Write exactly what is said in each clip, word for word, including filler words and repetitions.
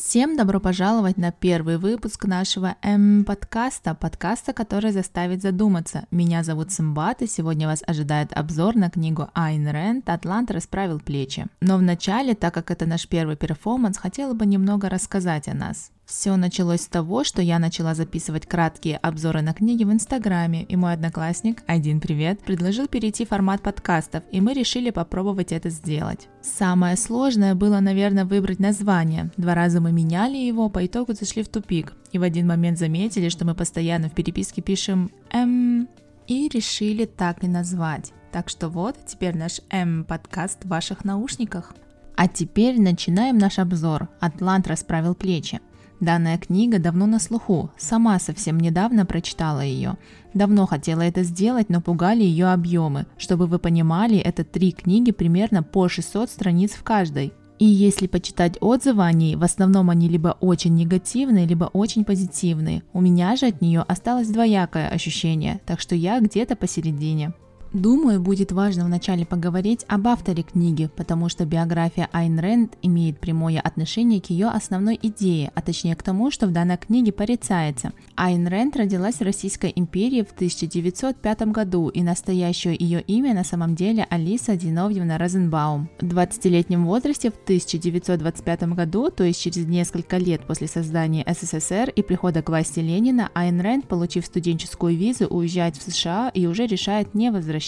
Всем добро пожаловать на первый выпуск нашего М-подкаста, подкаста, который заставит задуматься. Меня зовут Симбат, и сегодня вас ожидает обзор на книгу Айн Рэнд «Атлант расправил плечи». Но вначале, так как это наш первый перформанс, хотела бы немного рассказать о нас. Все началось с того, что я начала записывать краткие обзоры на книги в Инстаграме, и мой одноклассник, один привет, предложил перейти в формат подкастов, и мы решили попробовать это сделать. Самое сложное было, наверное, выбрать название. Два раза мы меняли его, по итогу зашли в тупик, и в один момент заметили, что мы постоянно в переписке пишем «М», и решили так и назвать. Так что вот, теперь наш М-подкаст в ваших наушниках. А теперь начинаем наш обзор. «Атлант расправил плечи». Данная книга давно на слуху, сама совсем недавно прочитала ее. Давно хотела это сделать, но пугали ее объемы. Чтобы вы понимали, это три книги примерно по шестьсот страниц в каждой. И если почитать отзывы о ней, в основном они либо очень негативные, либо очень позитивные. У меня же от нее осталось двоякое ощущение, так что я где-то посередине. Думаю, будет важно вначале поговорить об авторе книги, потому что биография Айн Рэнд имеет прямое отношение к ее основной идее, а точнее к тому, что в данной книге порицается. Айн Рэнд родилась в Российской империи в тысяча девятьсот пятом году, и настоящее ее имя на самом деле Алиса Зиновьевна Розенбаум. В двадцатилетнем возрасте в тысяча девятьсот двадцать пятом году, то есть через несколько лет после создания эс эс эс эр и прихода к власти Ленина, Айн Рэнд, получив студенческую визу, уезжает в США и уже решает не возвращаться.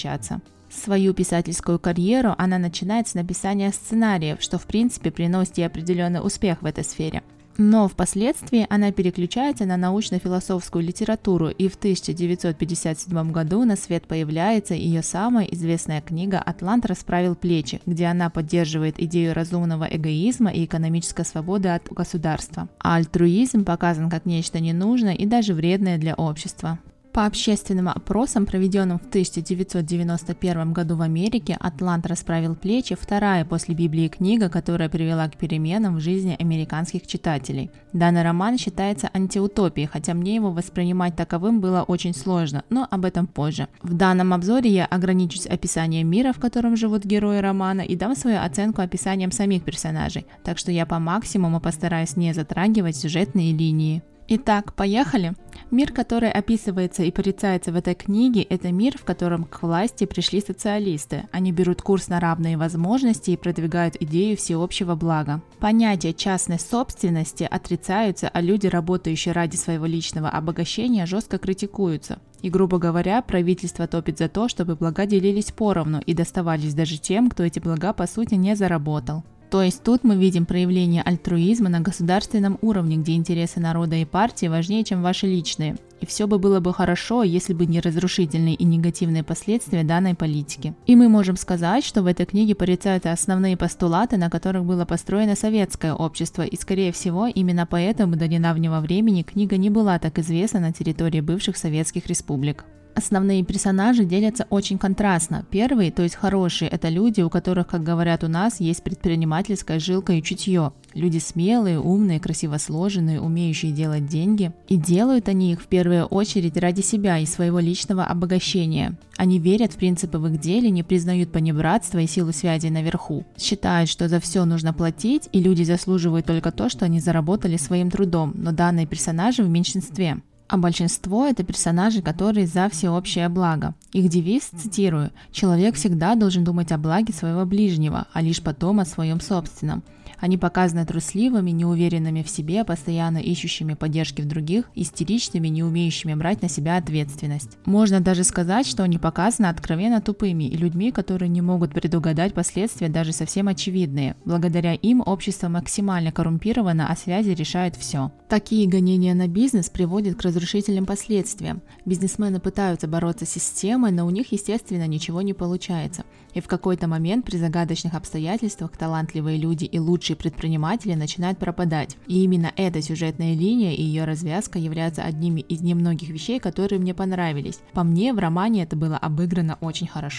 Свою писательскую карьеру она начинает с написания сценариев, что в принципе приносит ей определенный успех в этой сфере. Но впоследствии она переключается на научно-философскую литературу, и в тысяча девятьсот пятьдесят седьмом году на свет появляется ее самая известная книга «Атлант расправил плечи», где она поддерживает идею разумного эгоизма и экономической свободы от государства. А альтруизм показан как нечто ненужное и даже вредное для общества. По общественным опросам, проведенным в тысяча девятьсот девяносто первом году в Америке, «Атлант расправил плечи» – вторая после Библии книга, которая привела к переменам в жизни американских читателей. Данный роман считается антиутопией, хотя мне его воспринимать таковым было очень сложно, но об этом позже. В данном обзоре я ограничусь описанием мира, в котором живут герои романа, и дам свою оценку описанием самих персонажей, так что я по максимуму постараюсь не затрагивать сюжетные линии. Итак, поехали! Мир, который описывается и порицается в этой книге, это мир, в котором к власти пришли социалисты. Они берут курс на равные возможности и продвигают идею всеобщего блага. Понятия частной собственности отрицаются, а люди, работающие ради своего личного обогащения, жестко критикуются. И, грубо говоря, правительство топит за то, чтобы блага делились поровну и доставались даже тем, кто эти блага по сути не заработал. То есть тут мы видим проявление альтруизма на государственном уровне, где интересы народа и партии важнее, чем ваши личные. И все бы было бы хорошо, если бы не разрушительные и негативные последствия данной политики. И мы можем сказать, что в этой книге порицаются основные постулаты, на которых было построено советское общество, и скорее всего именно поэтому до недавнего времени книга не была так известна на территории бывших советских республик. Основные персонажи делятся очень контрастно. Первые, то есть хорошие, это люди, у которых, как говорят у нас, есть предпринимательская жилка и чутье. Люди смелые, умные, красиво сложенные, умеющие делать деньги. И делают они их в первую очередь ради себя и своего личного обогащения. Они верят в принципы в их деле, не признают понебратства и силу связи наверху. Считают, что за все нужно платить, и люди заслуживают только то, что они заработали своим трудом, но данные персонажи в меньшинстве. А большинство – это персонажи, которые за всеобщее благо. Их девиз, цитирую, «Человек всегда должен думать о благе своего ближнего, а лишь потом о своем собственном». Они показаны трусливыми, неуверенными в себе, постоянно ищущими поддержки в других, истеричными, не умеющими брать на себя ответственность. Можно даже сказать, что они показаны откровенно тупыми и людьми, которые не могут предугадать последствия, даже совсем очевидные. Благодаря им общество максимально коррумпировано, а связи решают все. Такие гонения на бизнес приводят к разрушительным последствиям. Бизнесмены пытаются бороться с системой, но у них, естественно, ничего не получается. И в какой-то момент при загадочных обстоятельствах талантливые люди и лучшие предприниматели начинают пропадать. И именно эта сюжетная линия и ее развязка являются одними из немногих вещей, которые мне понравились. По мне, в романе это было обыграно очень хорошо.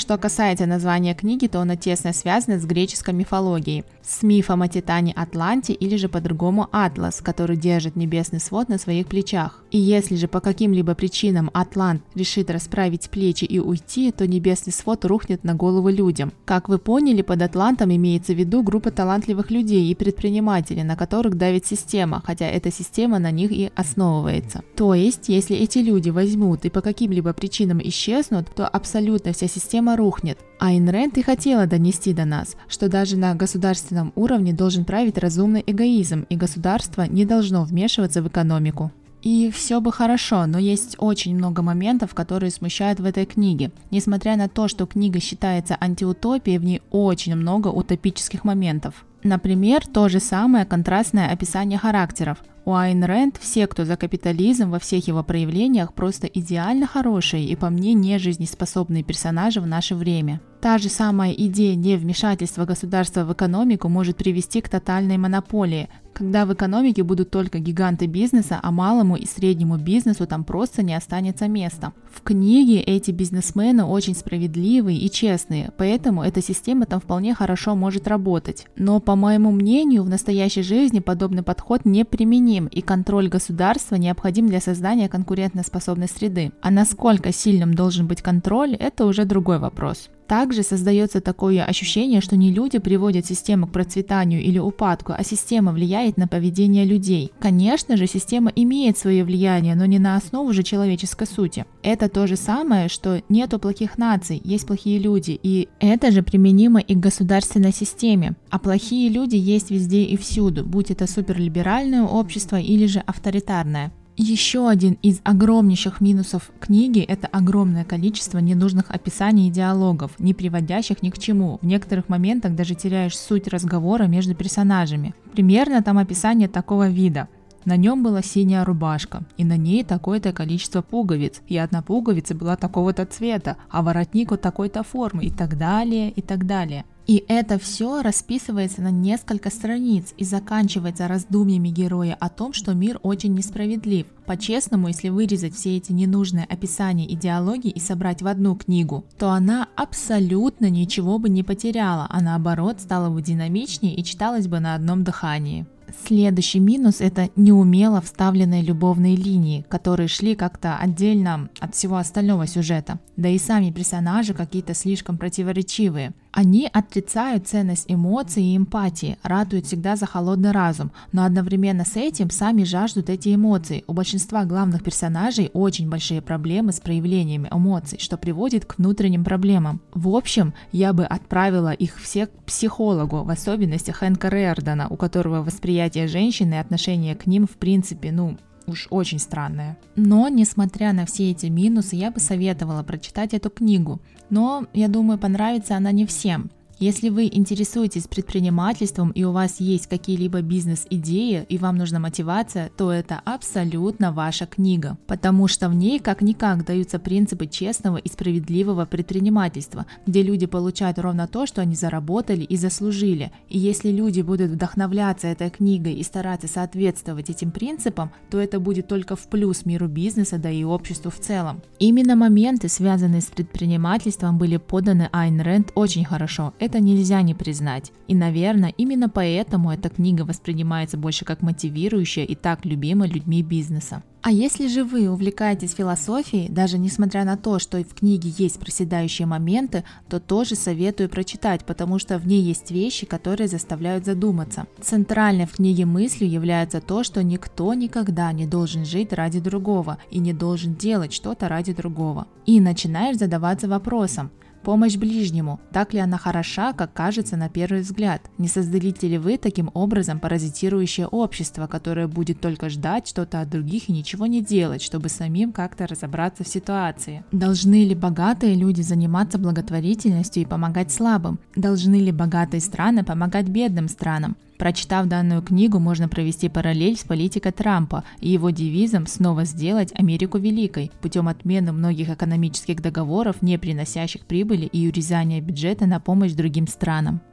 Что касается названия книги, то оно тесно связано с греческой мифологией, с мифом о Титане Атланте или же по-другому Атлас, который держит небесный свод на своих плечах. И если же по каким-либо причинам Атлант решит расправить плечи и уйти, то небесный свод рухнет на голову людям. Как вы поняли, под Атлантом имеется в виду группа талантливых людей и предпринимателей, на которых давит система, хотя эта система на них и основывается. То есть, если эти люди возьмут и по каким-либо причинам исчезнут, то абсолютно вся система рухнет. Айн Рэнд и хотела донести до нас, что даже на государственном уровне должен править разумный эгоизм, и государство не должно вмешиваться в экономику. И все бы хорошо, но есть очень много моментов, которые смущают в этой книге. Несмотря на то, что книга считается антиутопией, в ней очень много утопических моментов. Например, то же самое контрастное описание характеров. У Айн Рэнд все, кто за капитализм во всех его проявлениях, просто идеально хорошие и, по мне, не жизнеспособные персонажи в наше время. Та же самая идея невмешательства государства в экономику может привести к тотальной монополии, когда в экономике будут только гиганты бизнеса, а малому и среднему бизнесу там просто не останется места. В книге эти бизнесмены очень справедливые и честные, поэтому эта система там вполне хорошо может работать. Но, по моему мнению, в настоящей жизни подобный подход не применим, и контроль государства необходим для создания конкурентоспособной среды. А насколько сильным должен быть контроль, это уже другой вопрос. Также создается такое ощущение, что не люди приводят систему к процветанию или упадку, а система влияет на поведение людей. Конечно же, система имеет свое влияние, но не на основу же человеческой сути. Это то же самое, что нету плохих наций, есть плохие люди, и это же применимо и к государственной системе. А плохие люди есть везде и всюду, будь это суперлиберальное общество или же авторитарное. Еще один из огромнейших минусов книги – это огромное количество ненужных описаний и диалогов, не приводящих ни к чему. В некоторых моментах даже теряешь суть разговора между персонажами. Примерно там описание такого вида. На нем была синяя рубашка, и на ней такое-то количество пуговиц, и одна пуговица была такого-то цвета, а воротник вот такой-то формы, и так далее, и так далее. И это все расписывается на несколько страниц и заканчивается раздумьями героя о том, что мир очень несправедлив. По-честному, если вырезать все эти ненужные описания и диалоги и собрать в одну книгу, то она абсолютно ничего бы не потеряла, а наоборот стала бы динамичнее и читалась бы на одном дыхании. Следующий минус – это неумело вставленные любовные линии, которые шли как-то отдельно от всего остального сюжета. Да и сами персонажи какие-то слишком противоречивые. Они отрицают ценность эмоций и эмпатии, ратуют всегда за холодный разум, но одновременно с этим сами жаждут эти эмоции. У большинства главных персонажей очень большие проблемы с проявлениями эмоций, что приводит к внутренним проблемам. В общем, я бы отправила их всех к психологу, в особенности Хэнка Риордана, у которого восприятие женщин и отношение к ним в принципе, ну, уж очень странное. Но, несмотря на все эти минусы, я бы советовала прочитать эту книгу. Но, я думаю, понравится она не всем. Если вы интересуетесь предпринимательством и у вас есть какие-либо бизнес-идеи и вам нужна мотивация, то это абсолютно ваша книга, потому что в ней как-никак даются принципы честного и справедливого предпринимательства, где люди получают ровно то, что они заработали и заслужили. И если люди будут вдохновляться этой книгой и стараться соответствовать этим принципам, то это будет только в плюс миру бизнеса, да и обществу в целом. Именно моменты, связанные с предпринимательством, были поданы Айн Рэнд очень хорошо. Это нельзя не признать. И, наверное, именно поэтому эта книга воспринимается больше как мотивирующая и так любима людьми бизнеса. А если же вы увлекаетесь философией, даже несмотря на то, что в книге есть проседающие моменты, то тоже советую прочитать, потому что в ней есть вещи, которые заставляют задуматься. Центральной в книге мыслью является то, что никто никогда не должен жить ради другого и не должен делать что-то ради другого. И начинаешь задаваться вопросом: помощь ближнему, так ли она хороша, как кажется на первый взгляд? Не создадите ли вы таким образом паразитирующее общество, которое будет только ждать что-то от других и ничего не делать, чтобы самим как-то разобраться в ситуации? Должны ли богатые люди заниматься благотворительностью и помогать слабым? Должны ли богатые страны помогать бедным странам? Прочитав данную книгу, можно провести параллель с политикой Трампа и его девизом «Снова сделать Америку великой» путем отмены многих экономических договоров, не приносящих прибыли, и урезания бюджета на помощь другим странам.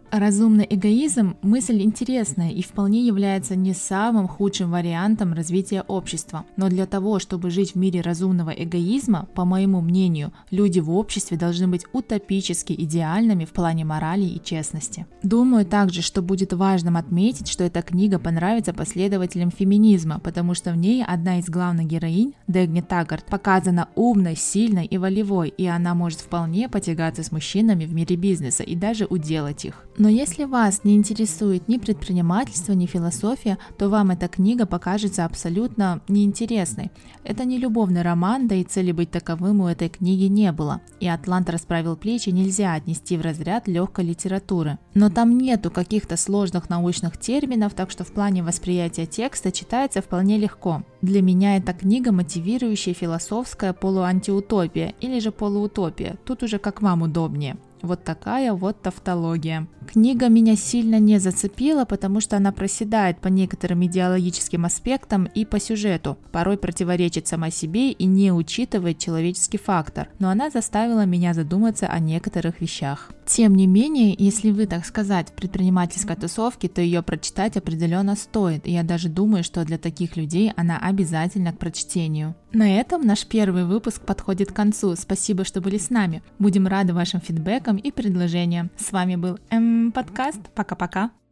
Разумный эгоизм – мысль интересная и вполне является не самым худшим вариантом развития общества. Но для того, чтобы жить в мире разумного эгоизма, по моему мнению, люди в обществе должны быть утопически идеальными в плане морали и честности. Думаю также, что будет важным отметить, что эта книга понравится последователям феминизма, потому что в ней одна из главных героинь, Дэгни Таггарт, показана умной, сильной и волевой, и она может вполне потягаться с мужчинами в мире бизнеса и даже уделать их. Но если вас не интересует ни предпринимательство, ни философия, то вам эта книга покажется абсолютно неинтересной. Это не любовный роман, да и цели быть таковым у этой книги не было. И «Атлант расправил плечи» нельзя отнести в разряд легкой литературы. Но там нету каких-то сложных научных терминов, так что в плане восприятия текста читается вполне легко. Для меня эта книга мотивирующая философская полуантиутопия или же полуутопия, тут уже как вам удобнее. Вот такая вот тавтология. Книга меня сильно не зацепила, потому что она проседает по некоторым идеологическим аспектам и по сюжету, порой противоречит сама себе и не учитывает человеческий фактор, но она заставила меня задуматься о некоторых вещах. Тем не менее, если вы, так сказать, в предпринимательской тусовке, то ее прочитать определенно стоит, и я даже думаю, что для таких людей она обязательна к прочтению. На этом наш первый выпуск подходит к концу. Спасибо, что были с нами. Будем рады вашим фидбэкам и предложениям. С вами был М-подкаст. Пока-пока.